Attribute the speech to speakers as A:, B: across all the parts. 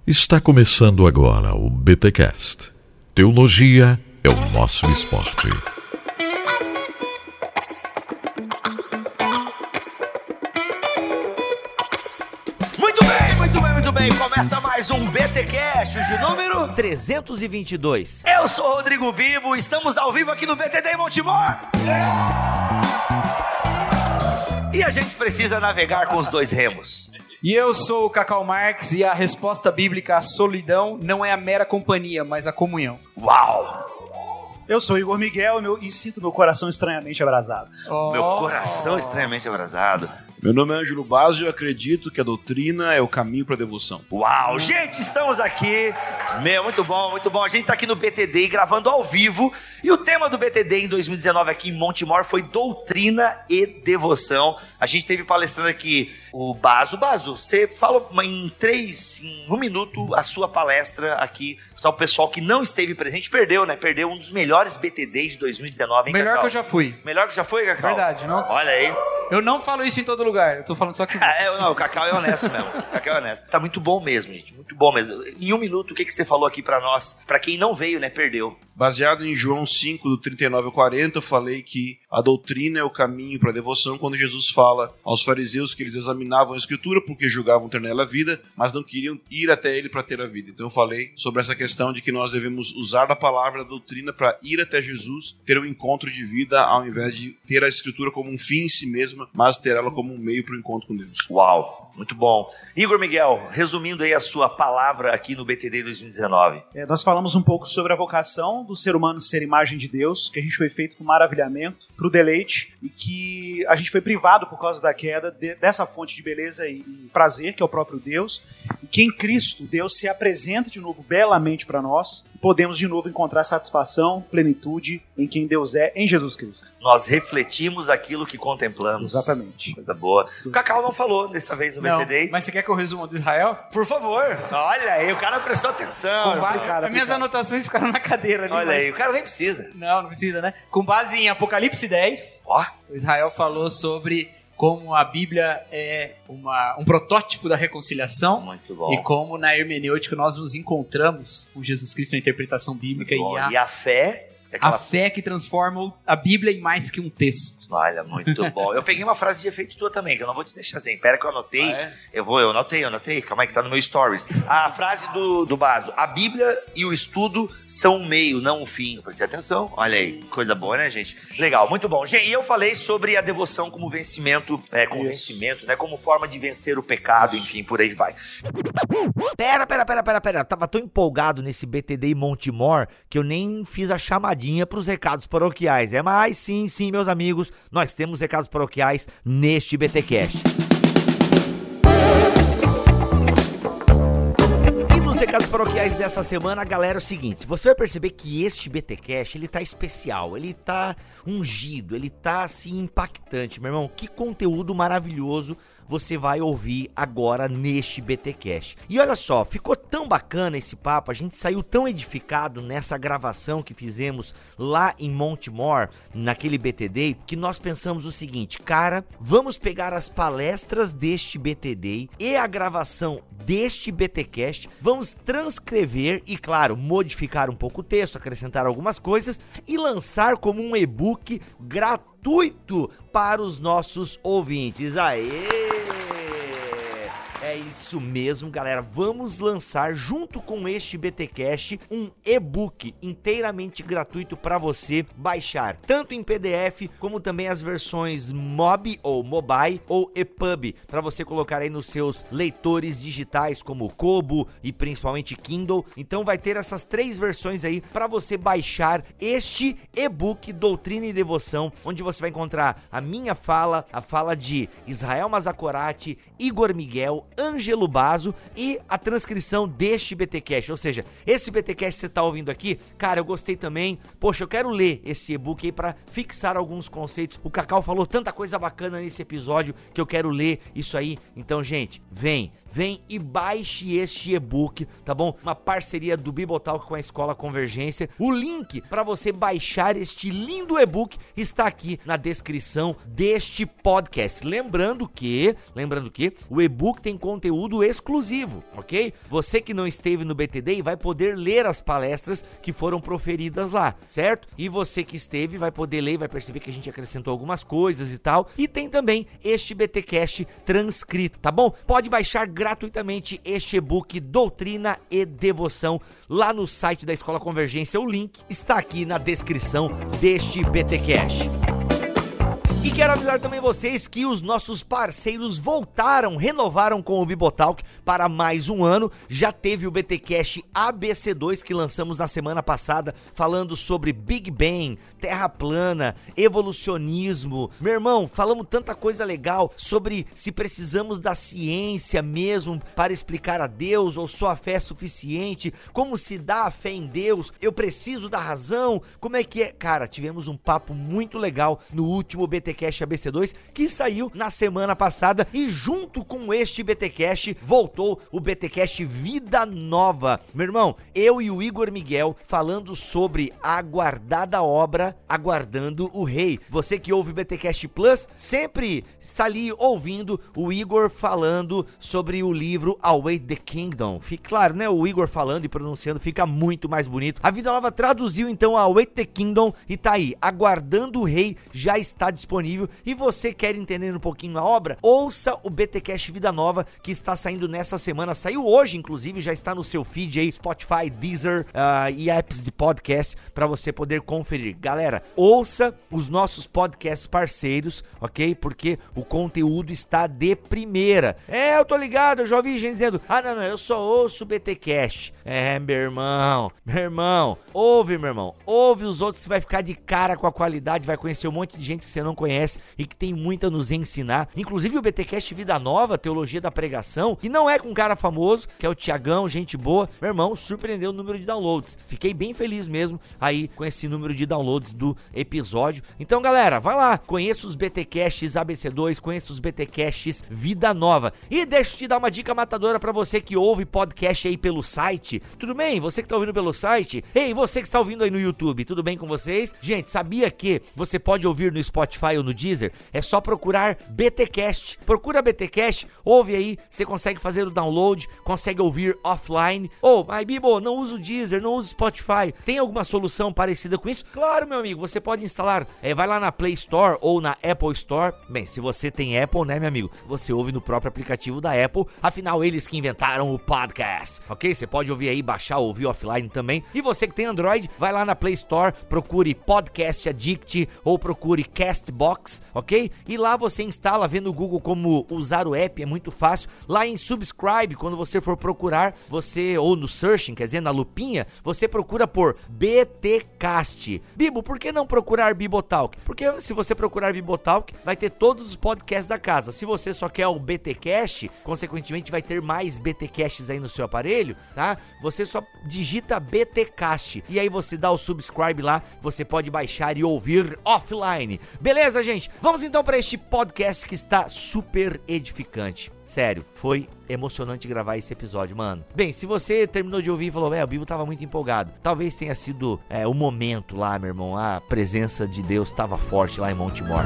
A: Está começando agora o BTcast. Teologia é o nosso esporte.
B: Muito bem. Começa mais um BTcast de número
C: 322.
B: Eu sou o Rodrigo Bibo, estamos ao vivo aqui no BTD em Montemor. E a gente precisa navegar com os dois remos.
D: E eu sou o Cacau Marques e a resposta bíblica à solidão não é a mera companhia, mas a comunhão.
B: Uau!
E: Eu sou o Igor Miguel e sinto meu coração estranhamente abrasado.
B: Meu coração estranhamente abrasado.
F: Meu nome é Ângelo Basso e eu acredito que a doutrina é o caminho para a devoção.
B: Uau, gente, estamos aqui. Muito bom. A gente está aqui no BTD gravando ao vivo. E o tema do BTD em 2019 aqui em Montemor foi doutrina e devoção. A gente teve palestrando aqui o Basso. Basso, você fala em um minuto a sua palestra aqui. Só o pessoal que não esteve presente perdeu, né? Perdeu um dos melhores BTDs de 2019, hein,
D: Melhor
B: Cacau?
D: que eu já fui.
B: Melhor que já foi, Cacau?
D: Verdade, não?
B: Olha aí.
D: Eu não falo isso em todo lugar, eu tô falando só que...
B: Não, o Cacau é honesto mesmo. O Cacau é honesto. Tá muito bom mesmo, gente. Muito bom mesmo. Em um minuto, o que você falou aqui pra nós? Pra quem não veio, né? Perdeu.
F: Baseado em João 5, do 39 ao 40, eu falei que a doutrina é o caminho para a devoção, quando Jesus fala aos fariseus que eles examinavam a Escritura porque julgavam ter nela a vida, mas não queriam ir até ele para ter a vida. Então eu falei sobre essa questão de que nós devemos usar a palavra, a doutrina, para ir até Jesus, ter um encontro de vida, ao invés de ter a Escritura como um fim em si mesma, mas ter ela como um meio para o encontro com Deus.
B: Uau, muito bom. Igor Miguel, resumindo aí a sua palavra aqui no BTD 2019.
E: Nós falamos um pouco sobre a vocação do ser humano ser imagem de Deus, que a gente foi feito com maravilhamento, para o deleite, e que a gente foi privado por causa da queda dessa fonte de beleza e prazer, que é o próprio Deus, e que em Cristo Deus se apresenta de novo belamente para nós, e podemos de novo encontrar satisfação, plenitude em quem Deus é, em Jesus Cristo.
B: Nós refletimos aquilo que contemplamos.
E: Exatamente.
B: Coisa boa. O Cacau não falou dessa vez no BTD.
D: Mas você quer que eu resuma do Israel?
B: Por favor. Olha aí, o cara prestou atenção.
D: As minhas anotações ficaram na cadeira ali.
B: Olha aí, o cara nem precisa.
D: Não precisa, né? Com base em Apocalipse 10, o Israel falou sobre como a Bíblia é um protótipo da reconciliação.
B: Muito bom.
D: E como na hermenêutica nós nos encontramos com Jesus Cristo na interpretação bíblica.
B: E a fé...
D: A fé que transforma a Bíblia em mais que um texto.
B: Olha, muito bom. Eu peguei uma frase de efeito tua também, que eu não vou te deixar sem. Pera que eu anotei. Eu anotei. Calma aí que tá no meu stories. A frase do Basso. A Bíblia e o estudo são um meio, não um fim. Preste atenção. Olha aí. Coisa boa, né, gente? Legal, muito bom. Gente, e eu falei sobre a devoção como vencimento, vencimento, né? Como forma de vencer o pecado, enfim, por aí vai.
C: Pera. Eu tava tão empolgado nesse BTD em Montemor que eu nem fiz a chamadinha para os recados paroquiais. Mas sim, meus amigos, nós temos recados paroquiais neste BTcast. E nos recados paroquiais dessa semana, galera, é o seguinte: você vai perceber que este BTcast, ele tá especial, ele tá ungido, ele tá assim impactante, meu irmão. Que conteúdo maravilhoso você vai ouvir agora neste BTcast. E olha só, ficou tão bacana esse papo, a gente saiu tão edificado nessa gravação que fizemos lá em Montemor, naquele BTD, que nós pensamos o seguinte: cara, vamos pegar as palestras deste BTD e a gravação deste BTcast, vamos transcrever e, claro, modificar um pouco o texto, acrescentar algumas coisas e lançar como um e-book gratuito para os nossos ouvintes. Aê! É isso mesmo, galera. Vamos lançar, junto com este BTcast, um e-book inteiramente gratuito para você baixar, tanto em PDF como também as versões MOB ou Mobile ou EPUB, para você colocar aí nos seus leitores digitais como Kobo e principalmente Kindle. Então vai ter essas 3 versões aí para você baixar este e-book Doutrina e Devoção, onde você vai encontrar a minha fala, a fala de Israel Mazakorati, Igor Miguel, Ângelo Basso e a transcrição deste BTcast. Ou seja, esse BTcast que você tá ouvindo aqui, cara, eu gostei também. Poxa, eu quero ler esse e-book aí pra fixar alguns conceitos. O Cacau falou tanta coisa bacana nesse episódio que eu quero ler isso aí. Então, gente, vem vem e baixe este e-book, tá bom? Uma parceria do Bibotalk com a Escola Convergência. O link para você baixar este lindo e-book está aqui na descrição deste podcast. Lembrando que o e-book tem conteúdo exclusivo, ok? Você que não esteve no BTD vai poder ler as palestras que foram proferidas lá, certo? E você que esteve vai poder ler, vai perceber que a gente acrescentou algumas coisas e tal. E tem também este BTcast transcrito, tá bom? Pode baixar gratuitamente este e-book Doutrina e Devoção lá no site da Escola Convergência. O link está aqui na descrição deste BTcast. E quero avisar também vocês que os nossos parceiros renovaram com o Bibotalk para mais um ano. Já teve o BTcast ABC2 que lançamos na semana passada, falando sobre Big Bang, Terra plana, evolucionismo. Meu irmão, falamos tanta coisa legal sobre se precisamos da ciência mesmo para explicar a Deus ou só a fé é suficiente, como se dá a fé em Deus, eu preciso da razão, como é que é? Cara, tivemos um papo muito legal no último BTcast ABC2 que saiu na semana passada, e junto com este BTcast voltou o BTcast Vida Nova. Meu irmão, eu e o Igor Miguel falando sobre a aguardada obra Aguardando o Rei. Você que ouve o BTcast Plus sempre está ali ouvindo o Igor falando sobre o livro Await the Kingdom. Fica claro, né? O Igor falando e pronunciando fica muito mais bonito. A Vida Nova traduziu então a Await the Kingdom e tá aí, Aguardando o Rei já está disponível. E você quer entender um pouquinho a obra? Ouça o BTcast Vida Nova que está saindo nessa semana, saiu hoje inclusive, já está no seu feed aí, Spotify, Deezer e apps de podcast para você poder conferir. Galera, ouça os nossos podcasts parceiros, ok? Porque o conteúdo está de primeira. Eu tô ligado, eu já ouvi gente dizendo, não, eu só ouço o BTcast. Meu irmão, ouve os outros, você vai ficar de cara com a qualidade, vai conhecer um monte de gente que você não conhece e que tem muito a nos ensinar, inclusive o BTcast Vida Nova, Teologia da Pregação, que não é com um cara famoso, que é o Tiagão, gente boa. Meu irmão, surpreendeu o número de downloads, fiquei bem feliz mesmo aí com esse número de downloads do episódio. Então galera, vai lá, conheça os BTcasts ABC2, conheça os BTcasts Vida Nova, e deixa eu te dar uma dica matadora pra você que ouve podcast aí pelo site. Tudo bem? Você que tá ouvindo pelo site? Ei, você que está ouvindo aí no YouTube, tudo bem com vocês? Gente, sabia que você pode ouvir no Spotify ou no Deezer? É só procurar BTcast. Procura BTcast, ouve aí, você consegue fazer o download, consegue ouvir offline. Mas Bibo, não uso o Deezer, não uso o Spotify. Tem alguma solução parecida com isso? Claro, meu amigo, você pode instalar, vai lá na Play Store ou na Apple Store. Bem, se você tem Apple, né, meu amigo, você ouve no próprio aplicativo da Apple, afinal eles que inventaram o podcast, ok? Você pode ouvir aí, baixar, ouvir offline também. E você que tem Android, vai lá na Play Store, procure Podcast Addict ou procure Castbox, ok? E lá você instala, vê no Google como usar o app, é muito fácil. Lá em Subscribe, quando você for procurar, ou no Searching, quer dizer, na lupinha, você procura por BTcast. Bibo, por que não procurar Bibotalk? Porque se você procurar Bibotalk, vai ter todos os podcasts da casa. Se você só quer o BTcast, consequentemente vai ter mais BTcasts aí no seu aparelho, tá? Você só digita BTcast e aí você dá o subscribe lá, você pode baixar e ouvir offline. Beleza, gente? Vamos então para este podcast que está super edificante. Sério, foi emocionante gravar esse episódio, mano. Bem, se você terminou de ouvir e falou, o Bibo tava muito empolgado, talvez tenha sido o momento lá, meu irmão. A presença de Deus tava forte lá em Montemor.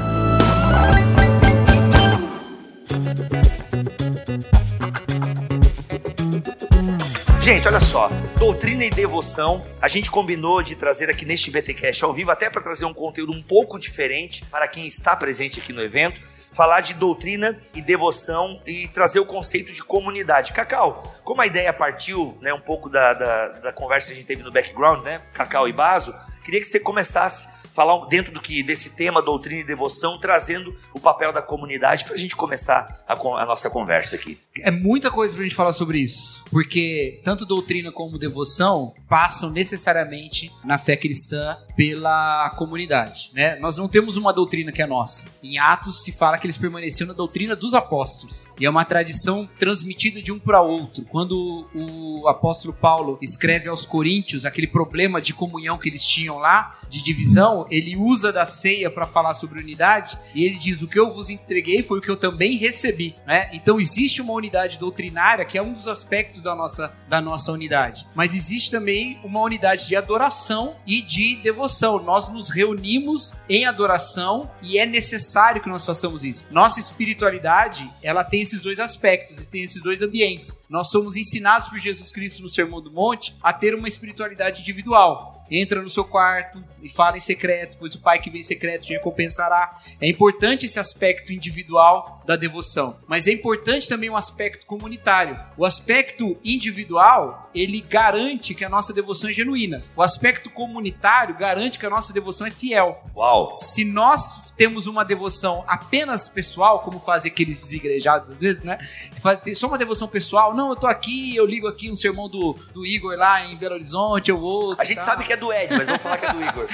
B: Gente, olha só, doutrina e devoção, a gente combinou de trazer aqui neste BTcast ao vivo, até para trazer um conteúdo um pouco diferente para quem está presente aqui no evento, falar de doutrina e devoção e trazer o conceito de comunidade. Cacau, como a ideia partiu, né, um pouco da conversa que a gente teve no background, né, Cacau e Baso, queria que você começasse a falar dentro desse tema, doutrina e devoção, trazendo o papel da comunidade para a gente começar a nossa conversa aqui.
D: É muita coisa pra gente falar sobre isso, porque tanto doutrina como devoção passam necessariamente na fé cristã pela comunidade, né? Nós não temos uma doutrina que é nossa. Em Atos se fala que eles permaneciam na doutrina dos apóstolos, e é uma tradição transmitida de um para outro. Quando o apóstolo Paulo escreve aos Coríntios aquele problema de comunhão que eles tinham lá, de divisão, ele usa da ceia para falar sobre unidade, e ele diz, o que eu vos entreguei foi o que eu também recebi, né? Então existe uma unidade doutrinária, que é um dos aspectos da nossa unidade. Mas existe também uma unidade de adoração e de devoção. Nós nos reunimos em adoração e é necessário que nós façamos isso. Nossa espiritualidade, ela tem esses dois aspectos, tem esses dois ambientes. Nós somos ensinados por Jesus Cristo no Sermão do Monte a ter uma espiritualidade individual. Entra no seu quarto e fala em secreto, pois o Pai que vem em secreto te recompensará. É importante esse aspecto individual da devoção, mas é importante também um aspecto comunitário. O aspecto individual, ele garante que a nossa devoção é genuína. O aspecto comunitário garante que a nossa devoção é fiel.
B: Uau!
D: Se nós temos uma devoção apenas pessoal, como fazem aqueles desigrejados às vezes, né? Só uma devoção pessoal. Não, eu tô aqui, eu ligo aqui um sermão do Igor lá em Belo Horizonte, eu ouço.
B: A gente sabe que é do Ed, mas vamos falar que é do Igor.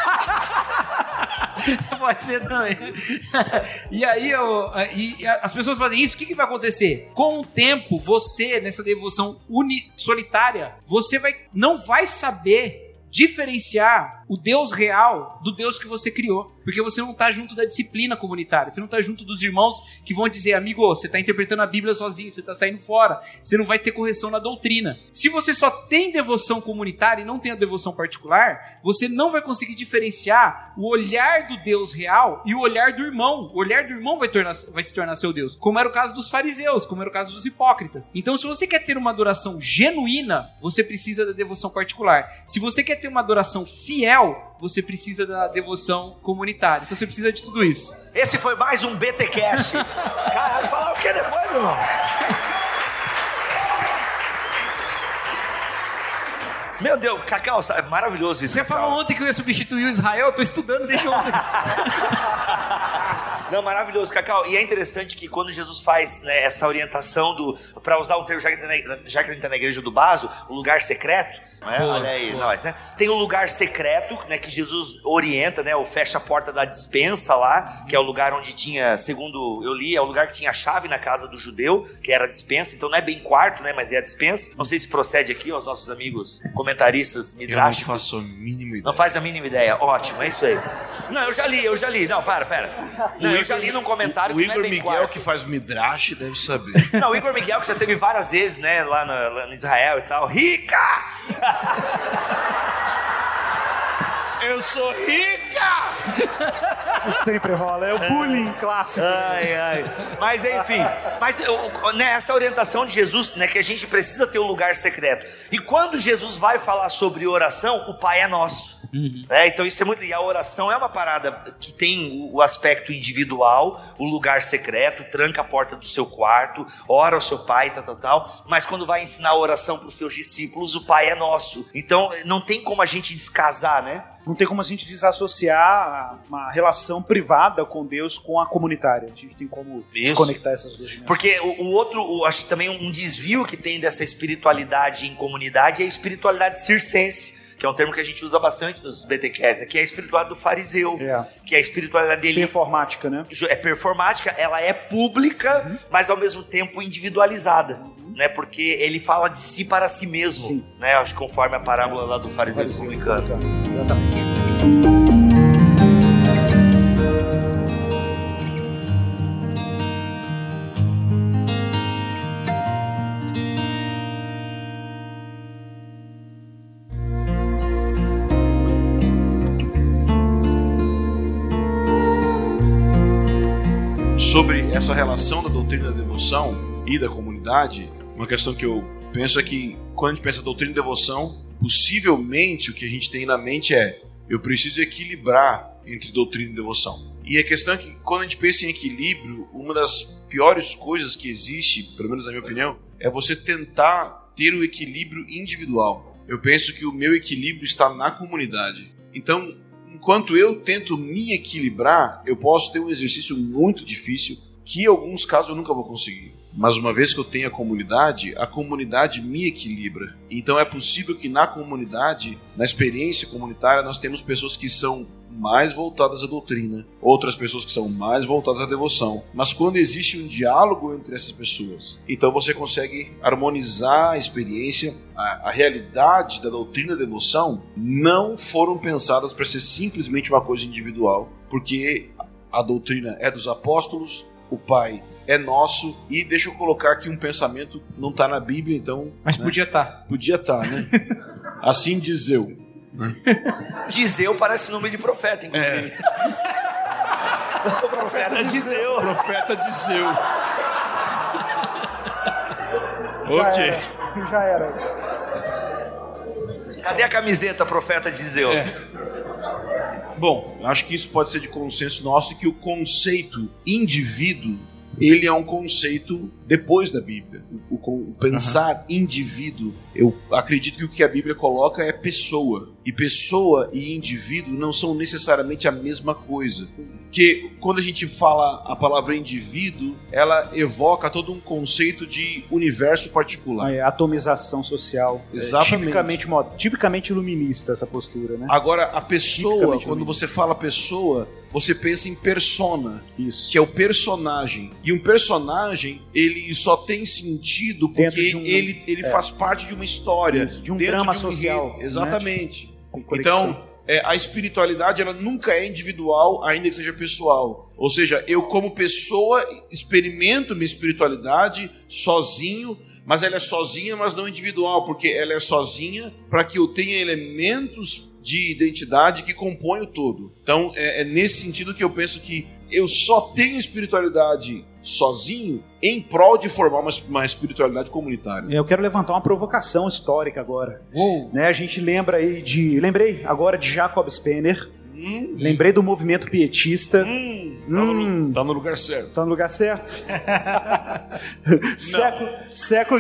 D: Pode ser também. E aí, as pessoas fazem isso, o que vai acontecer? Com o tempo, você, nessa devoção solitária, você não vai saber diferenciar o Deus real do Deus que você criou. Porque você não está junto da disciplina comunitária, você não está junto dos irmãos que vão dizer, amigo, você está interpretando a Bíblia sozinho, você está saindo fora, você não vai ter correção na doutrina. Se você só tem devoção comunitária e não tem a devoção particular, você não vai conseguir diferenciar o olhar do Deus real e o olhar do irmão. O olhar do irmão vai se tornar seu Deus, como era o caso dos fariseus, como era o caso dos hipócritas. Então, se você quer ter uma adoração genuína, você precisa da devoção particular. Se você quer ter uma adoração fiel, você precisa da devoção comunitária. Então você precisa de tudo isso.
B: Esse foi mais um BTcast. Caralho, falar o que depois, meu irmão? Meu Deus, Cacau, é maravilhoso isso.
D: Você
B: Cacau.
D: falou ontem que eu ia substituir o Israel, eu tô estudando desde ontem.
B: Não, maravilhoso, Cacau. E é interessante que quando Jesus faz, né, essa orientação para usar um termo, já que a gente tá na igreja do Baso, o lugar secreto, né?
D: Boa,
B: Olha aí,
D: boa.
B: nós, né? Tem o lugar secreto, né, que Jesus orienta, né, ou fecha a porta da despensa lá, que é o lugar onde tinha, segundo eu li, é o lugar que tinha a chave na casa do judeu, que era a despensa. Então não é bem quarto, né, mas é a despensa. Não sei se procede aqui aos nossos amigos comentaristas midrashicos.
F: Eu não faço a mínima ideia.
B: Não faz a mínima ideia. Ótimo, é isso aí. Não, eu já li. Não, para. Não, eu já li num comentário
F: o
B: que não é
F: Igor
B: bem
F: Miguel,
B: quarto.
F: que faz Midrash, deve saber.
B: Não, o Igor Miguel, que já teve várias vezes, né, lá no Israel e tal. Rica!
F: Eu sou rica!
E: Isso sempre rola, é o bullying clássico.
B: Ai. Mas enfim, né, essa orientação de Jesus, né, que a gente precisa ter um lugar secreto. E quando Jesus vai falar sobre oração, o Pai é nosso.
D: Uhum.
B: Então isso é muito. E a oração é uma parada que tem o aspecto individual, o lugar secreto, tranca a porta do seu quarto, ora ao seu pai, tal. Mas quando vai ensinar a oração para os seus discípulos, o Pai é nosso. Então não tem como a gente descasar, né?
E: Não tem como a gente desassociar uma relação privada com Deus com a comunitária. A gente tem como desconectar essas duas dimensões.
B: Porque o outro, acho que também um desvio que tem dessa espiritualidade em comunidade é a espiritualidade circense, que é um termo que a gente usa bastante nos BTQs, que é a espiritualidade do fariseu, que é a espiritualidade dele...
E: Performática, né?
B: É performática, ela é pública, mas ao mesmo tempo individualizada, né? Porque ele fala de si para si mesmo.
E: Sim.
B: Né? Acho que conforme a parábola lá do fariseu e publicano.
E: Exatamente.
F: Sobre essa relação da doutrina da devoção e da comunidade, uma questão que eu penso é que quando a gente pensa em doutrina e devoção, possivelmente o que a gente tem na mente é: eu preciso equilibrar entre doutrina e devoção. E a questão é que quando a gente pensa em equilíbrio, uma das piores coisas que existe, pelo menos na minha opinião, é você tentar ter o equilíbrio individual. Eu penso que o meu equilíbrio está na comunidade. Então, enquanto eu tento me equilibrar, eu posso ter um exercício muito difícil que em alguns casos eu nunca vou conseguir. Mas uma vez que eu tenho a comunidade me equilibra. Então é possível que na comunidade, na experiência comunitária, nós temos pessoas que são mais voltadas à doutrina, outras pessoas que são mais voltadas à devoção. Mas quando existe um diálogo entre essas pessoas, então você consegue harmonizar a experiência. A realidade da doutrina e da devoção não foram pensadas para ser simplesmente uma coisa individual, porque a doutrina é dos apóstolos, o Pai é nosso. E deixa eu colocar aqui um pensamento, não está na Bíblia, então...
D: Mas
F: né?
D: podia estar.
F: Podia estar, né? Assim diz eu.
B: Dizeu parece nome de profeta, inclusive. O profeta Dizeu.
F: Profeta Dizeu.
E: Já era.
B: Cadê a camiseta, profeta Dizeu?
F: Bom, acho que isso pode ser de consenso nosso, que o conceito indivíduo, ele é um conceito depois da Bíblia. O pensar indivíduo, eu acredito que o que a Bíblia coloca é pessoa. E pessoa e indivíduo não são necessariamente a mesma coisa. Porque quando a gente fala a palavra indivíduo, ela evoca todo um conceito de universo particular.
E: Atomização social.
F: Exatamente.
E: Tipicamente iluminista essa postura, né?
F: Agora, a pessoa, quando você fala pessoa, você pensa em persona.
E: Isso.
F: Que é o personagem. E um personagem, ele só tem sentido porque ele faz parte de uma história.
E: Isso, de um drama social.
F: Exatamente.
E: Né?
F: Então, a espiritualidade, ela nunca é individual, ainda que seja pessoal. Ou seja, eu como pessoa experimento minha espiritualidade sozinho, mas ela é sozinha, mas não individual, porque ela é sozinha para que eu tenha elementos de identidade que compõem o todo. Então, é nesse sentido que eu penso que eu só tenho espiritualidade sozinho em prol de formar uma espiritualidade comunitária.
E: Eu quero levantar uma provocação histórica agora. Né, a gente lembrei agora de Jacob Spener. Lembrei do movimento pietista.
F: Tá no lugar certo.
E: Tá no lugar certo? Século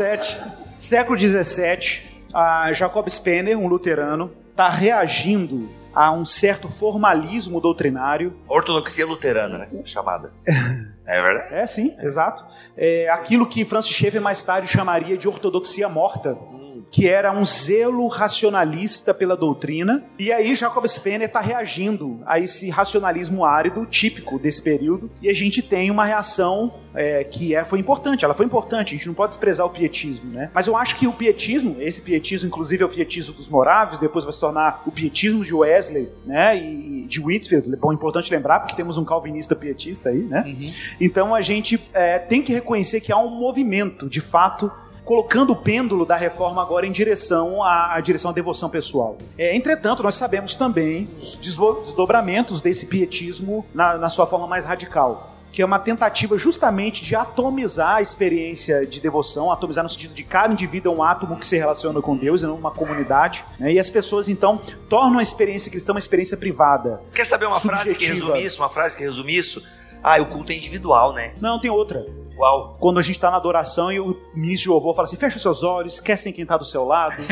E: XVII, Jacob Spener, um luterano, está reagindo a um certo formalismo doutrinário.
B: Ortodoxia luterana, né? Chamada. É verdade?
E: É, sim, exato. Aquilo que Francis Schaeffer mais tarde chamaria de ortodoxia morta, que era um zelo racionalista pela doutrina. E aí Jacob Spener está reagindo a esse racionalismo árido, típico desse período, e a gente tem uma reação foi importante. Ela foi importante, a gente não pode desprezar o pietismo, né? Mas eu acho que o pietismo, esse pietismo, inclusive é o pietismo dos morávios, depois vai se tornar o pietismo de Wesley, né? E de Whitefield, é importante lembrar, porque temos um calvinista pietista aí, né? Uhum. Então a gente tem que reconhecer que há um movimento, de fato, colocando o pêndulo da reforma agora em direção à devoção pessoal. Entretanto, nós sabemos também os desdobramentos desse pietismo na sua forma mais radical, que é uma tentativa justamente de atomizar a experiência de devoção, atomizar no sentido de cada indivíduo é um átomo que se relaciona com Deus e não uma comunidade, né? E as pessoas então tornam a experiência cristã uma experiência privada.
B: Quer saber uma frase que resume isso? O culto é individual, né?
E: Não, tem outra.
B: Qual?
E: Quando a gente está na adoração e o ministro de louvor fala assim, fecha os seus olhos, esquece quem está do seu lado.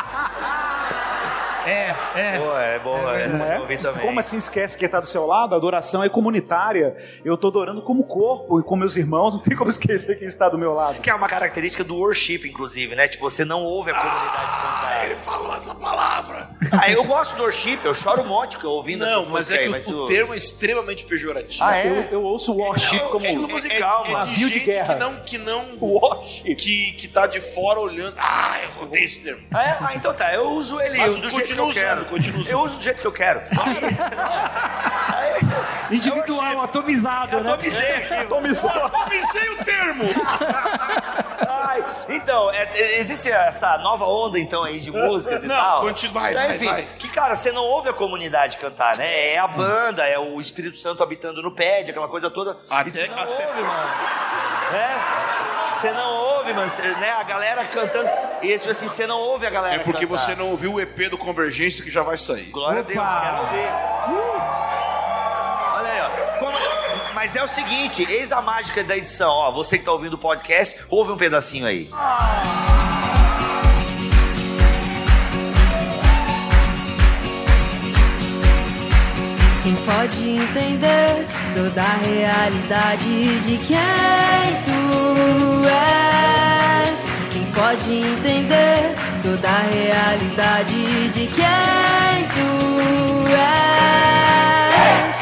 B: Boa, essa eu ouvi também.
E: Como assim esquece quem está do seu lado? A adoração é comunitária. Eu estou adorando como corpo e com meus irmãos, não tem como esquecer quem está do meu lado.
B: Que é uma característica do worship, inclusive, né? Tipo, você não ouve a comunidade cantar.
F: Ele falou essa palavra.
B: Eu gosto do worship, eu choro um monte ouvindo essas músicas.
F: Mas o termo é extremamente pejorativo.
E: Eu ouço worship como
B: estilo musical,
F: é
E: navio de guerra.
F: Que não
E: worship.
F: Que tá de fora olhando. Eu odeio esse termo.
B: Então tá, eu uso ele. Eu uso do jeito que eu quero. Eu uso do jeito que eu quero.
D: Individual, atomizado, né?
B: Atomizei aqui.
F: Atomizei o termo.
B: Então, existe essa nova onda então aí de músicas e tal.
F: Vai.
B: Que, cara, você não ouve a comunidade cantar, né? É a banda, é o Espírito Santo habitando no pad, aquela coisa toda. Você não ouve, mano. Você não ouve, mano, né? A galera cantando. E assim, você não ouve a galera
F: cantar. É porque
B: cantar.
F: você não ouviu o EP do Convergência que já vai sair.
B: Glória a Deus, quero ver. Olha aí, ó. Mas é o seguinte, eis a mágica da edição, ó. Você que tá ouvindo o podcast, ouve um pedacinho aí.
G: Quem pode entender toda a realidade de quem tu és? Quem pode entender toda a realidade de quem tu és?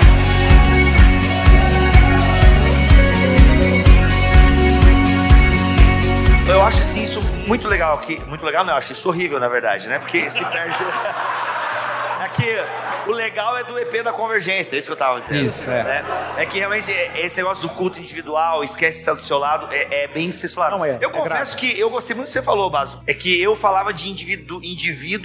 B: Eu acho assim isso muito legal, muito legal não, eu acho isso horrível na verdade, né? Porque se perde... É que o legal é do EP da Convergência, é isso que eu tava dizendo.
D: Isso, é.
B: Né? É que realmente esse negócio do culto individual, esquece de estar do seu lado, é bem sensual.
E: Não é.
B: Eu confesso que eu gostei muito do que você falou, Baso. É que eu falava de indivíduo e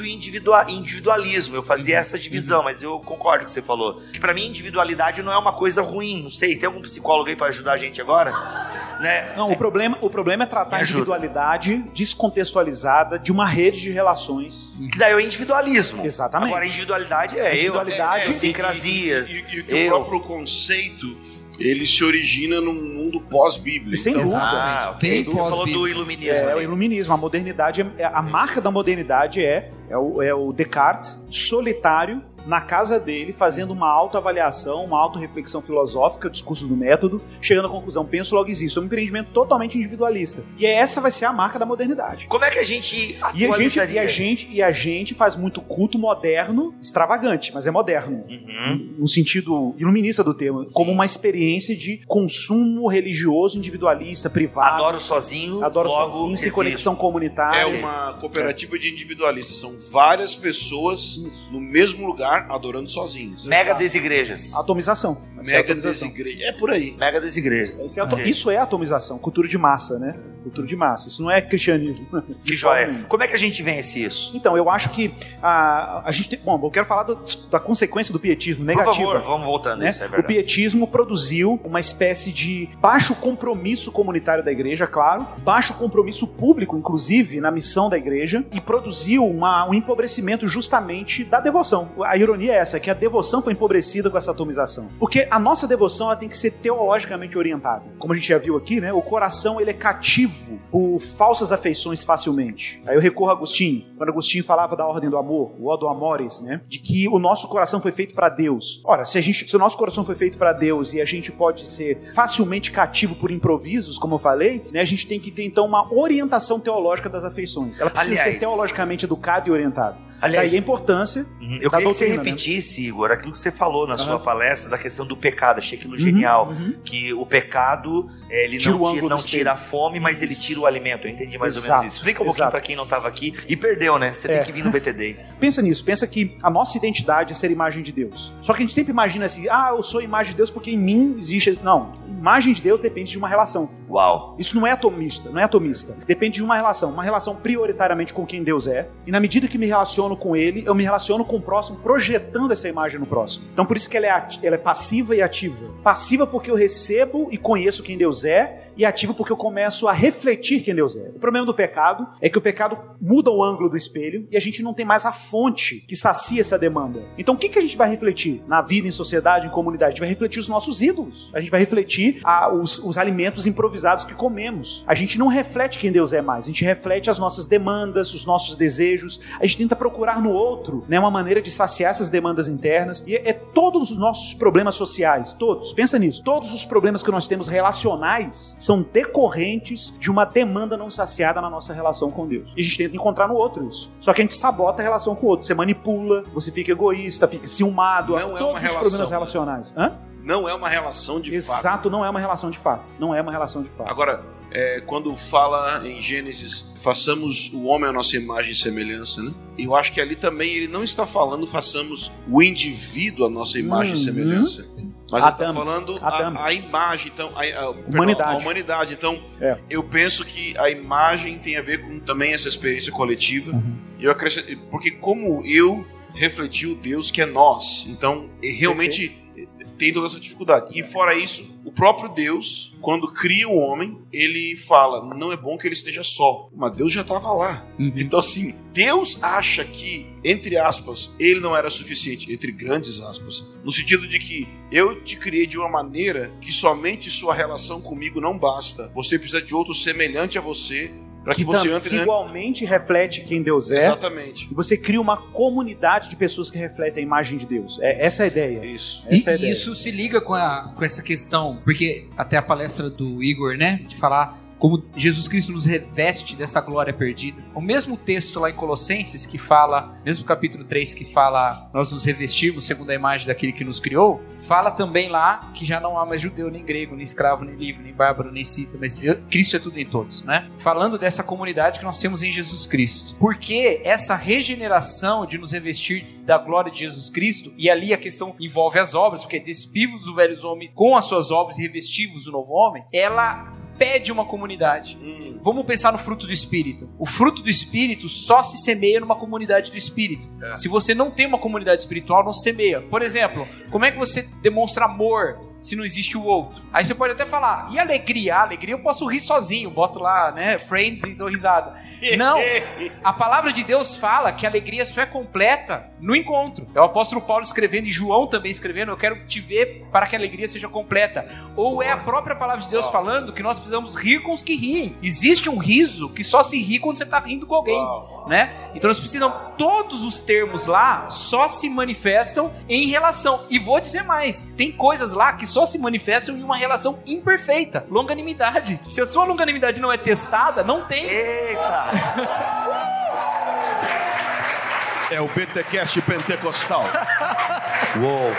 B: individualismo. Eu fazia essa divisão, mas eu concordo com o que você falou. Que pra mim, individualidade não é uma coisa ruim. Não sei, tem algum psicólogo aí pra ajudar a gente agora? Né?
E: Não, o problema é tratar a individualidade descontextualizada de uma rede de relações.
B: Que daí é o individualismo.
E: Exatamente.
B: Agora, a individualidade é
E: Individualidade,
B: idiosincrasias.
F: E que o próprio conceito, ele se origina num mundo pós-bíblico.
E: Sem dúvida.
B: Ok.
D: Bem
B: Você falou
D: pós-bíblico.
B: do iluminismo.
E: É o
B: ali.
E: iluminismo, a modernidade, a marca da modernidade é o Descartes solitário na casa dele, fazendo uma autoavaliação, uma autorreflexão filosófica, o discurso do método, chegando à conclusão, penso, logo existo. É um empreendimento totalmente individualista. E essa vai ser a marca da modernidade.
B: Como é que a gente
E: E
B: atualizaria?
E: a gente faz muito culto moderno, extravagante, mas é moderno. No sentido iluminista do termo, como uma experiência de consumo religioso, individualista, privado.
B: Adoro sozinho,
E: Adoro
B: logo
E: sozinho, sem
B: existo.
E: conexão comunitária.
F: É uma cooperativa de individualistas. São várias pessoas no mesmo lugar adorando sozinhos.
B: Mega desigrejas.
E: Atomização. Essa é a
F: Mega
E: atomização.
F: desigreja. É por aí.
B: Mega desigrejas.
E: Isso é atomização, cultura de massa, né? Cultura de massa. Isso não é cristianismo.
B: Que joia. Como é que a gente vence isso?
E: Então, eu acho que a gente tem... Bom, eu quero falar da consequência do pietismo negativa.
B: Por favor, vamos voltando
E: Né?
B: isso, é
E: O
B: verdade.
E: pietismo produziu uma espécie de baixo compromisso comunitário da igreja, claro, baixo compromisso público, inclusive, na missão da igreja, e produziu um empobrecimento justamente da devoção. A ironia é essa, que a devoção foi empobrecida com essa atomização. Porque a nossa devoção ela tem que ser teologicamente orientada. Como a gente já viu aqui, né? O coração ele é cativo por falsas afeições facilmente. Aí eu recorro a Agostinho, quando Agostinho falava da ordem do amor, o Odo Amores, né? De que o nosso coração foi feito para Deus. Ora, se o nosso coração foi feito para Deus e a gente pode ser facilmente cativo por improvisos, como eu falei, né? A gente tem que ter então uma orientação teológica das afeições. Ela precisa ser teologicamente educada e orientada.
B: Aliás,
E: daí a importância
B: eu
E: da
B: queria que você
E: doutrina,
B: repetisse, Igor, aquilo que você falou na sua palestra da questão do pecado. Achei aquilo genial. Que o pecado, ele
E: Tira o ângulo
B: não
E: do
B: tira a fome, mas ele tira o alimento. Eu entendi mais ou
E: Exato,
B: menos isso. Explica um pouquinho
E: exato.
B: pra quem não estava aqui e perdeu, né? Você tem que vir no BTD.
E: Pensa nisso, pensa que a nossa identidade é ser imagem de Deus. Só que a gente sempre imagina assim, eu sou imagem de Deus porque em mim existe... Não, imagem de Deus depende de uma relação.
B: Uau.
E: Isso não é atomista. Depende de uma relação prioritariamente com quem Deus é. E na medida que me relaciono com Ele, eu me relaciono com o próximo, projetando essa imagem no próximo. Então por isso que ela é passiva e ativa. Passiva porque eu recebo e conheço quem Deus é, e ativa porque eu começo a refletir quem Deus é. O problema do pecado é que o pecado muda o ângulo do espelho e a gente não tem mais a fonte que sacia essa demanda. Então o que a gente vai refletir na vida, em sociedade, em comunidade? A gente vai refletir os nossos ídolos. A gente vai refletir os alimentos improvisados que comemos. A gente não reflete quem Deus é mais. A gente reflete as nossas demandas, os nossos desejos. A gente tenta procurar no outro, né, uma maneira de saciar essas demandas internas. E é todos os nossos problemas sociais, todos, pensa nisso, todos os problemas que nós temos relacionais são decorrentes de uma demanda não saciada na nossa relação com Deus. E a gente tenta encontrar no outro isso. Só que a gente sabota a relação com o outro. Você manipula, você fica egoísta, fica ciumado.
F: Não é
E: todos
F: uma
E: os
F: relação,
E: problemas relacionais.
F: Não é uma relação de fato.
E: Exato, não é uma relação de fato. Não é uma relação de fato.
F: Agora, quando fala em Gênesis, façamos o homem à nossa imagem e semelhança, né? Eu acho que ali também ele não está falando façamos o indivíduo à nossa imagem e semelhança. Mas ele está falando a imagem, então, a humanidade. Então, eu penso que a imagem tem a ver com também essa experiência coletiva. E eu acrescento, porque como eu refleti o Deus que é nós, então realmente tem toda essa dificuldade. E fora isso, o próprio Deus, quando cria o homem, ele fala, não é bom que ele esteja só. Mas Deus já estava lá. Então assim, Deus acha que, entre aspas, ele não era suficiente, entre grandes aspas, no sentido de que eu te criei de uma maneira que somente sua relação comigo não basta. Você precisa de outro semelhante a você, para que você entre...
E: Que igualmente reflete quem Deus é.
F: Exatamente.
E: E você cria uma comunidade de pessoas que refletem a imagem de Deus. Essa é a ideia.
F: Isso.
D: Isso se liga com essa questão, porque até a palestra do Igor, né, de falar como Jesus Cristo nos reveste dessa glória perdida. O mesmo texto lá em Colossenses que fala, mesmo capítulo 3 que fala, nós nos revestimos segundo a imagem daquele que nos criou, fala também lá que já não há mais judeu, nem grego, nem escravo, nem livre, nem bárbaro, nem cita, mas Deus, Cristo é tudo em todos, né? Falando dessa comunidade que nós temos em Jesus Cristo. Porque essa regeneração de nos revestir da glória de Jesus Cristo, e ali a questão envolve as obras, porque despivos do velho homem com as suas obras e revestivos do novo homem, ela pede uma comunidade. Vamos pensar no fruto do Espírito. O fruto do Espírito só se semeia numa comunidade do Espírito. Se você não tem uma comunidade espiritual, não semeia. Por exemplo, como é que você demonstra amor se não existe o outro? Aí você pode até falar, e alegria? A alegria eu posso rir sozinho, boto lá, né, Friends e dou risada. Não, a palavra de Deus fala que a alegria só é completa no encontro. É o apóstolo Paulo escrevendo e João também escrevendo, eu quero te ver para que a alegria seja completa. Ou é a própria palavra de Deus falando que nós precisamos rir com os que riem. Existe um riso que só se ri quando você está rindo com alguém, né? Então nós precisamos, todos os termos lá só se manifestam em relação. E vou dizer mais, tem coisas lá que só se manifestam em uma relação imperfeita. Longanimidade. Se a sua longanimidade não é testada, não tem.
B: Eita!
F: É o BTcast pentecostal.
B: Uou!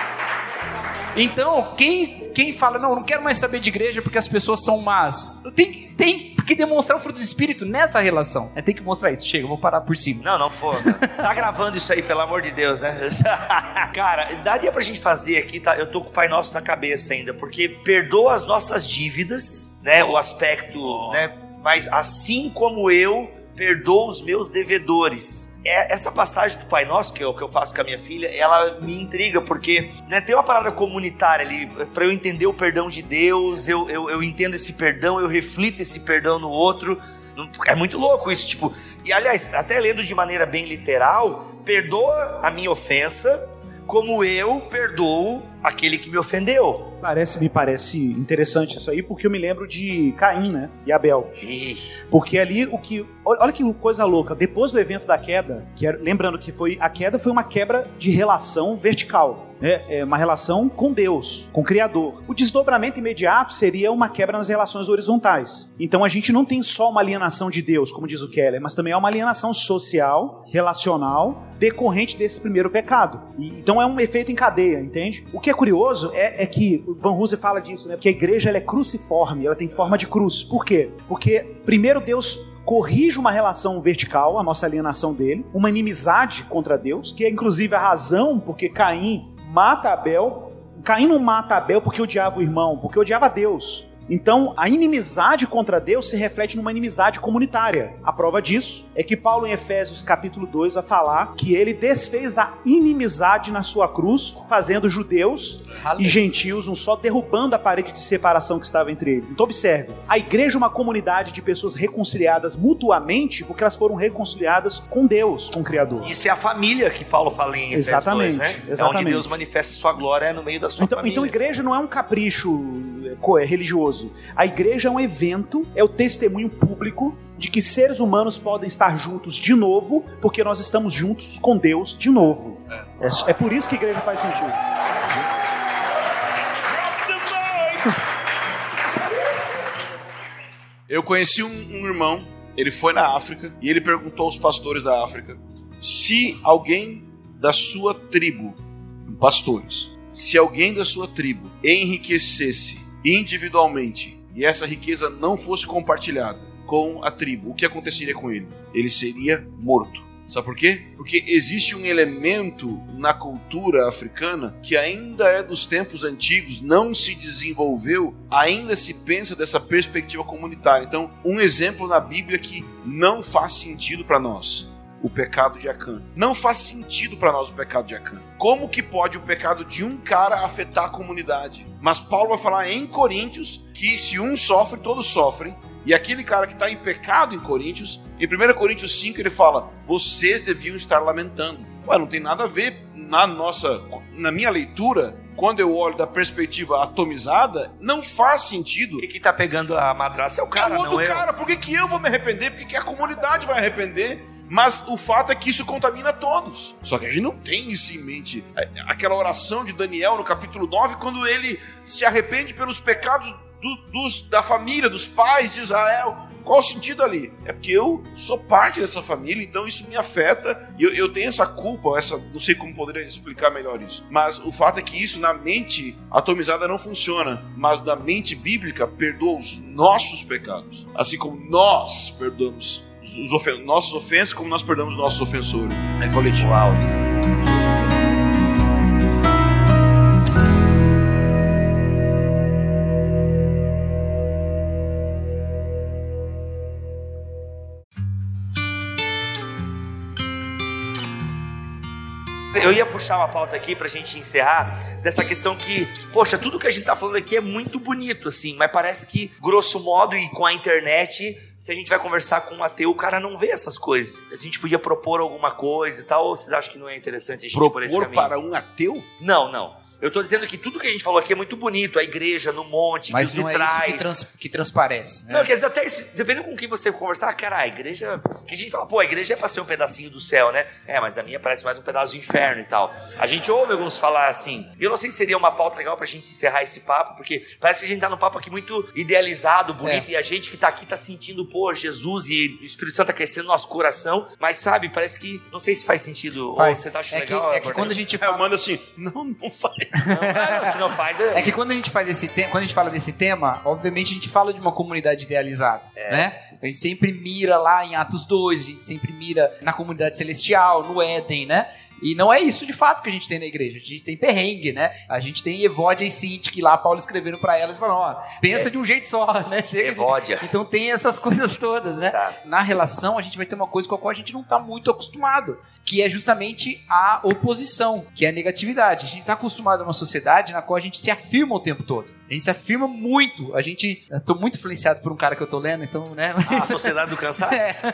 D: Então, quem fala, não quero mais saber de igreja porque as pessoas são más, tem que demonstrar o fruto do Espírito nessa relação. Tem que mostrar isso. Chega, eu vou parar por cima.
B: Não, pô. Tá gravando isso aí, pelo amor de Deus, né? Cara, daria pra gente fazer aqui, tá? Eu tô com o Pai Nosso na cabeça ainda, porque perdoa as nossas dívidas, né? O aspecto, né? Mas assim como eu perdoo os meus devedores. Essa passagem do Pai Nosso, que eu faço com a minha filha, ela me intriga, porque, né, tem uma parada comunitária ali, pra eu entender o perdão de Deus, eu entendo esse perdão, eu reflito esse perdão no outro. É muito louco isso, tipo... E, aliás, até lendo de maneira bem literal, perdoa a minha ofensa, como eu perdoo aquele que me ofendeu.
E: Me parece interessante isso aí, porque eu me lembro de Caim, né? E Abel. Porque ali olha que coisa louca, depois do evento da queda, lembrando que a queda foi uma quebra de relação vertical, né? Uma relação com Deus, com o Criador. O desdobramento imediato seria uma quebra nas relações horizontais. Então a gente não tem só uma alienação de Deus, como diz o Keller, mas também é uma alienação social, relacional, decorrente desse primeiro pecado. Então é um efeito em cadeia, entende? O que é curioso é que Van Hooser fala disso, né? Que a igreja ela é cruciforme, ela tem forma de cruz. Por quê? Porque primeiro Deus corrige uma relação vertical, a nossa alienação dele, uma inimizade contra Deus, que é inclusive a razão porque Caim mata Abel. Caim não mata Abel porque odiava o irmão, porque odiava Deus. Então, a inimizade contra Deus se reflete numa inimizade comunitária. A prova disso é que Paulo, em Efésios capítulo 2, vai falar que ele desfez a inimizade na sua cruz, fazendo judeus e gentios um só, derrubando a parede de separação que estava entre eles. Então, observe, a igreja é uma comunidade de pessoas reconciliadas mutuamente, porque elas foram reconciliadas com Deus, com o Criador.
B: Isso é a família que Paulo fala em Efésios 2, né?
E: Exatamente.
B: É onde Deus manifesta sua glória no meio da sua família.
E: Então, a igreja não é um capricho religioso. A igreja é um evento, é o testemunho público de que seres humanos podem estar juntos de novo, porque nós estamos juntos com Deus de novo. É por isso que a igreja faz sentido.
F: Eu conheci um irmão, ele foi na África e ele perguntou aos pastores da África se alguém da sua tribo, pastores, se alguém da sua tribo enriquecesse individualmente e essa riqueza não fosse compartilhada com a tribo, o que aconteceria com ele? Ele seria morto. Sabe por quê? Porque existe um elemento na cultura africana que ainda é dos tempos antigos, não se desenvolveu, ainda se pensa dessa perspectiva comunitária. Então, um exemplo na Bíblia que não faz sentido para nós: o pecado de Acã. Não faz sentido para nós o pecado de Acã. Como que pode o pecado de um cara afetar a comunidade? Mas Paulo vai falar em Coríntios que se um sofre, todos sofrem. E aquele cara que está em pecado em Coríntios, em 1 Coríntios 5 ele fala: vocês deviam estar lamentando. Ué, não tem nada a ver na minha leitura. Quando eu olho da perspectiva atomizada, não faz sentido.
B: O que tá pegando a madraça é o cara,
F: não eu. Cara, por que eu vou me arrepender? Por que a comunidade vai arrepender? Mas o fato é que isso contamina todos. Só que a gente não tem isso em mente. Aquela oração de Daniel no capítulo 9, quando ele se arrepende pelos pecados da família, dos pais de Israel. Qual o sentido ali? É porque eu sou parte dessa família, então isso me afeta e eu tenho essa culpa, não sei como poderia explicar melhor isso. Mas o fato é que isso na mente atomizada não funciona, mas na mente bíblica perdoa os nossos pecados, assim como nós perdoamos nossos ofensas, como nós perdoamos nossos ofensores. É coletivo.
B: Uau. Eu ia puxar uma pauta aqui pra gente encerrar, dessa questão que, poxa, tudo que a gente tá falando aqui é muito bonito, assim, mas parece que, grosso modo, e com a internet, se a gente vai conversar com um ateu, o cara não vê essas coisas. A gente podia propor alguma coisa e tal, ou vocês acham que não é interessante a gente ir por esse caminho?
F: Propor para um ateu?
B: Não. Eu tô dizendo que tudo que a gente falou aqui é muito bonito, a igreja no monte,
D: mas
B: que os
D: não
B: vitrais...
D: é isso que transparece. Né?
B: Não, quer dizer, até dependendo com quem você conversar, cara, a igreja... Que a gente fala, pô, a igreja é pra ser um pedacinho do céu, né? É, mas a minha parece mais um pedaço do inferno e tal. A gente ouve alguns falar assim. Eu não sei se seria uma pauta legal pra gente encerrar esse papo, porque parece que a gente tá num papo aqui muito idealizado, bonito, e a gente que tá aqui tá sentindo, pô, Jesus e o Espírito Santo tá crescendo no nosso coração, mas sabe, parece que... Não sei se faz sentido, ou você tá achando legal...
D: É que quando a gente fala...
F: manda assim, não faz.
B: Não, se não faz...
D: É que quando a gente fala desse tema, obviamente a gente fala de uma comunidade idealizada, né? A gente sempre mira lá em Atos 2, a gente sempre mira na comunidade celestial, no Éden, né? E não é isso de fato que a gente tem na igreja. A gente tem perrengue, né? A gente tem Evódia e Sinti, que lá Paulo escrevendo pra elas e falando, ó, pensa de um jeito só, né? Chega
B: Evódia.
D: Então tem essas coisas todas, né?
B: Tá.
D: Na relação, a gente vai ter uma coisa com a qual a gente não tá muito acostumado, que é justamente a oposição, que é a negatividade. A gente tá acostumado a uma sociedade na qual a gente se afirma o tempo todo. A gente se afirma muito. Eu tô muito influenciado por um cara que eu tô lendo, então, né?
B: A Sociedade do Cansaço?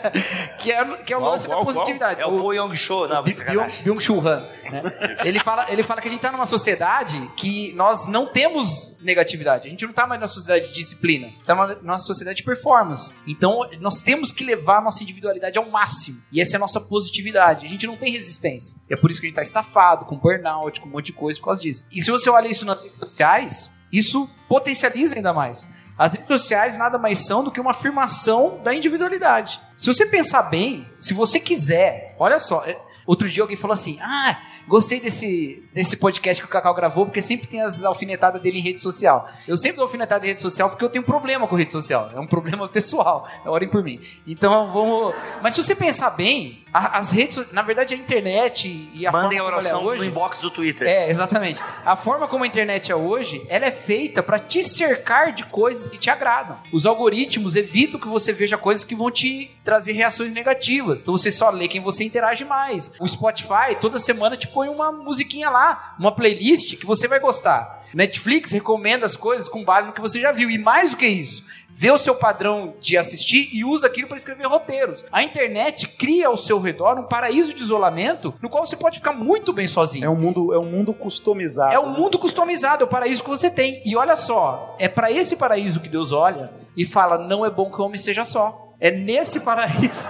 D: Que é o lance da positividade.
B: É o Po Yong-cho, não,
D: Byung-Chul Han, né? Ele fala que a gente tá numa sociedade que nós não temos negatividade. A gente não tá mais numa sociedade de disciplina. Tá numa sociedade de performance. Então, nós temos que levar a nossa individualidade ao máximo. E essa é a nossa positividade. A gente não tem resistência. E é por isso que a gente tá estafado, com burnout, com um monte de coisa por causa disso. E se você olha isso nas redes sociais, isso potencializa ainda mais. As redes sociais nada mais são do que uma afirmação da individualidade. Se você pensar bem, se você quiser, olha só, outro dia alguém falou assim, gostei desse podcast que o Cacau gravou, porque sempre tem as alfinetadas dele em rede social. Eu sempre dou alfinetada em rede social porque eu tenho problema com rede social. É um problema pessoal. Orem por mim. Então, vamos... Mas se você pensar bem, as redes... Na verdade, a internet e a
B: Mandem
D: forma
B: a oração
D: como ela é hoje...
B: no inbox do Twitter.
D: É, exatamente. A forma como a internet é hoje, ela é feita para te cercar de coisas que te agradam. Os algoritmos evitam que você veja coisas que vão te trazer reações negativas. Então, você só lê quem você interage mais. O Spotify, toda semana, te põe uma musiquinha lá, uma playlist que você vai gostar. Netflix recomenda as coisas com base no que você já viu. E mais do que isso, vê o seu padrão de assistir e usa aquilo para escrever roteiros. A internet cria ao seu redor um paraíso de isolamento no qual você pode ficar muito bem sozinho.
E: É um mundo customizado.
D: É um mundo customizado, é o paraíso que você tem. E olha só, é para esse paraíso que Deus olha e fala, não é bom que o homem seja só. É nesse paraíso...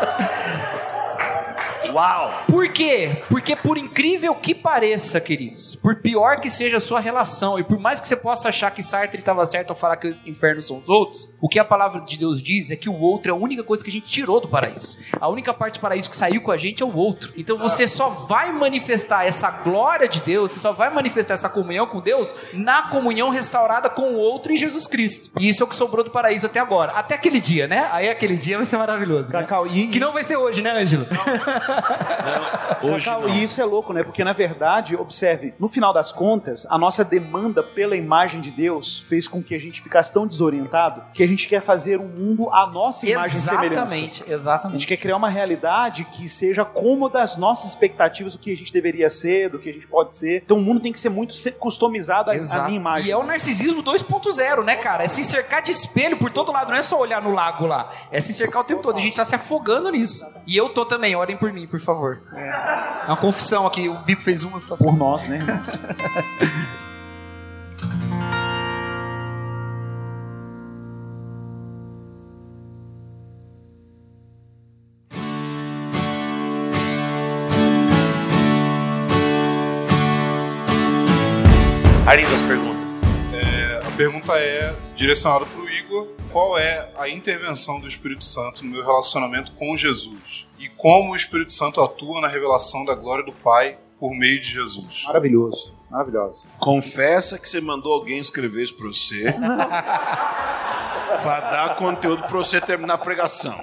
B: Uau!
D: Por quê? Porque por incrível que pareça, queridos, por pior que seja a sua relação, e por mais que você possa achar que Sartre estava certo ao falar que os infernos são os outros, o que a palavra de Deus diz é que o outro é a única coisa que a gente tirou do paraíso. A única parte do paraíso que saiu com a gente é o outro. Então você só vai manifestar essa glória de Deus, você só vai manifestar essa comunhão com Deus na comunhão restaurada com o outro em Jesus Cristo. E isso é o que sobrou do paraíso até agora. Até aquele dia, né? Aí aquele dia vai ser maravilhoso.
E: Cacau,
D: né? Que não vai ser hoje, né, Ângelo?
E: Hoje Cacau, e isso é louco, né? Porque, na verdade, observe, no final das contas, a nossa demanda pela imagem de Deus fez com que a gente ficasse tão desorientado que a gente quer fazer um mundo à nossa imagem e semelhança.
D: Exatamente.
E: A gente quer criar uma realidade que seja como das nossas expectativas, do que a gente deveria ser, do que a gente pode ser. Então o mundo tem que ser muito customizado à minha imagem.
D: E é o narcisismo 2.0, né, cara? É se cercar de espelho por todo lado, não é só olhar no lago lá. É se cercar o tempo todo. A gente tá se afogando nisso. E eu tô também, orem por mim, por favor. É uma confissão aqui, o Bibo fez uma, eu faço
E: por nós, né?
B: Arlindo, as perguntas.
F: A pergunta é
H: direcionado para o Igor. Qual é a intervenção do Espírito Santo no meu relacionamento com Jesus? E como o Espírito Santo atua na revelação da glória do Pai por meio de Jesus?
E: Maravilhoso, maravilhoso.
F: Confessa que você mandou alguém escrever isso pra você. Pra dar conteúdo pra você terminar a pregação.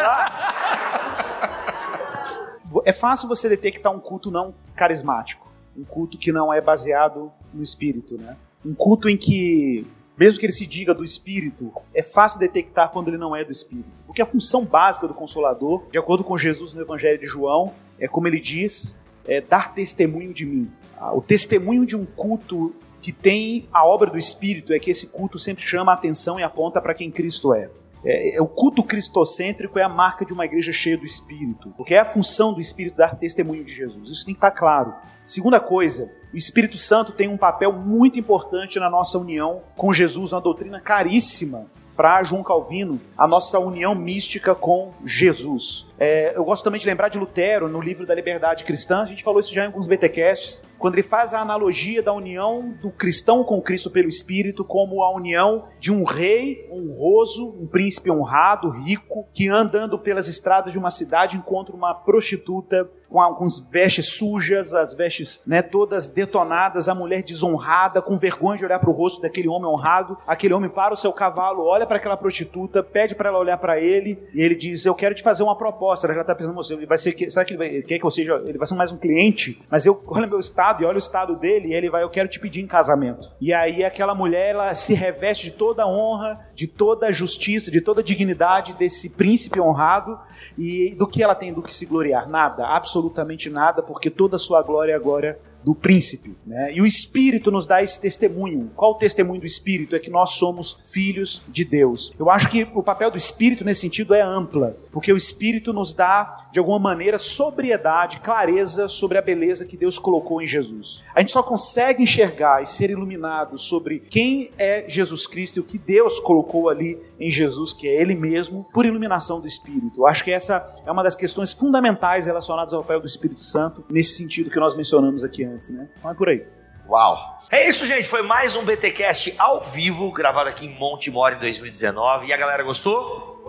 E: É fácil você detectar um culto não carismático. Um culto que não é baseado no Espírito, né? Um culto em que, mesmo que ele se diga do Espírito, é fácil detectar quando ele não é do Espírito. Porque a função básica do Consolador, de acordo com Jesus no Evangelho de João, é como ele diz, é dar testemunho de mim. O testemunho de um culto que tem a obra do Espírito é que esse culto sempre chama a atenção e aponta para quem Cristo é. O culto cristocêntrico é a marca de uma igreja cheia do Espírito, porque é a função do Espírito dar testemunho de Jesus. Isso tem que estar claro. Segunda coisa, o Espírito Santo tem um papel muito importante na nossa união com Jesus, uma doutrina caríssima para João Calvino, a nossa união mística com Jesus. Eu gosto também de lembrar de Lutero, no livro da Liberdade Cristã, a gente falou isso já em alguns BTcasts, quando ele faz a analogia da união do cristão com Cristo pelo Espírito como a união de um rei honroso, um príncipe honrado, rico, que andando pelas estradas de uma cidade encontra uma prostituta com algumas vestes sujas, as vestes todas detonadas, a mulher desonrada, com vergonha de olhar para o rosto daquele homem honrado. Aquele homem para o seu cavalo, olha para aquela prostituta, pede para ela olhar para ele, e ele diz, eu quero te fazer uma proposta. Ela já está pensando, você, ele vai ser, será que ele quer que eu seja, ele vai ser mais um cliente? Mas olha meu estado, e olha o estado dele, e ele vai, eu quero te pedir em casamento. E aí aquela mulher, ela se reveste de toda a honra, de toda a justiça, de toda a dignidade desse príncipe honrado, e do que ela tem do que se gloriar? Nada, absolutamente nada, porque toda a sua glória é a glória do príncipe, né? E o Espírito nos dá esse testemunho. Qual o testemunho do Espírito? É que nós somos filhos de Deus. Eu acho que o papel do Espírito nesse sentido é ampla, porque o Espírito nos dá, de alguma maneira, sobriedade, clareza sobre a beleza que Deus colocou em Jesus. A gente só consegue enxergar e ser iluminado sobre quem é Jesus Cristo e o que Deus colocou ali em Jesus, que é Ele mesmo, por iluminação do Espírito. Eu acho que essa é uma das questões fundamentais relacionadas ao papel do Espírito Santo, nesse sentido que nós mencionamos aqui antes, né? Então é por aí.
B: Uau! É isso, gente. Foi mais um BTcast ao vivo, gravado aqui em Montemor em 2019. E a galera gostou?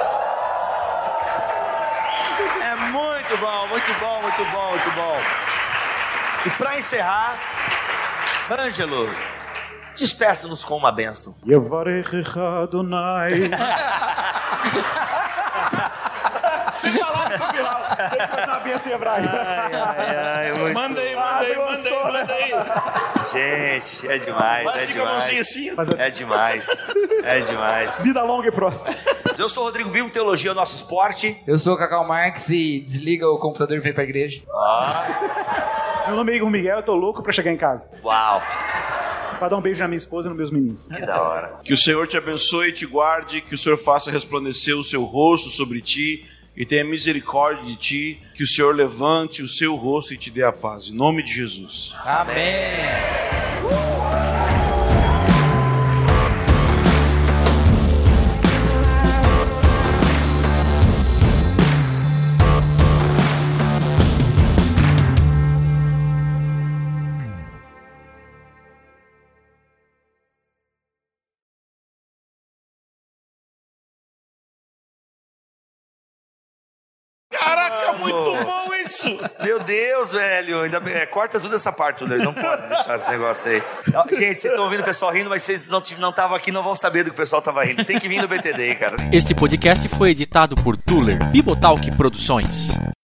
B: É muito bom, muito bom, muito bom, muito bom. E pra encerrar, Ângelo, despeça-nos com uma bênção.
E: Falar no final, sempre faz uma bênção hebraica.
F: Mandei.
B: Gente, é demais, é demais. É demais.
E: Vida longa e próxima.
B: Eu sou o Rodrigo Bibo, Teologia é o nosso esporte.
D: Eu sou o Cacau Marques e desliga o computador e vem pra igreja.
E: Meu nome é Igor Miguel, eu tô louco pra chegar em casa.
B: Uau!
E: Pra dar um beijo na minha esposa e nos meus meninos.
B: Que da hora.
F: Que o Senhor te abençoe e te guarde, que o Senhor faça resplandecer o seu rosto sobre ti e tenha misericórdia de ti, que o Senhor levante o seu rosto e te dê a paz. Em nome de Jesus.
D: Amém.
F: Caraca, muito bom isso!
B: Meu Deus, velho. Ainda bem, corta tudo essa parte, tudo. Não pode deixar esse negócio aí. Gente, vocês estão ouvindo o pessoal rindo, mas vocês não estavam aqui, não vão saber do que o pessoal estava rindo. Tem que vir no BTD, cara.
I: Este podcast foi editado por Tuller Bibotalk Produções.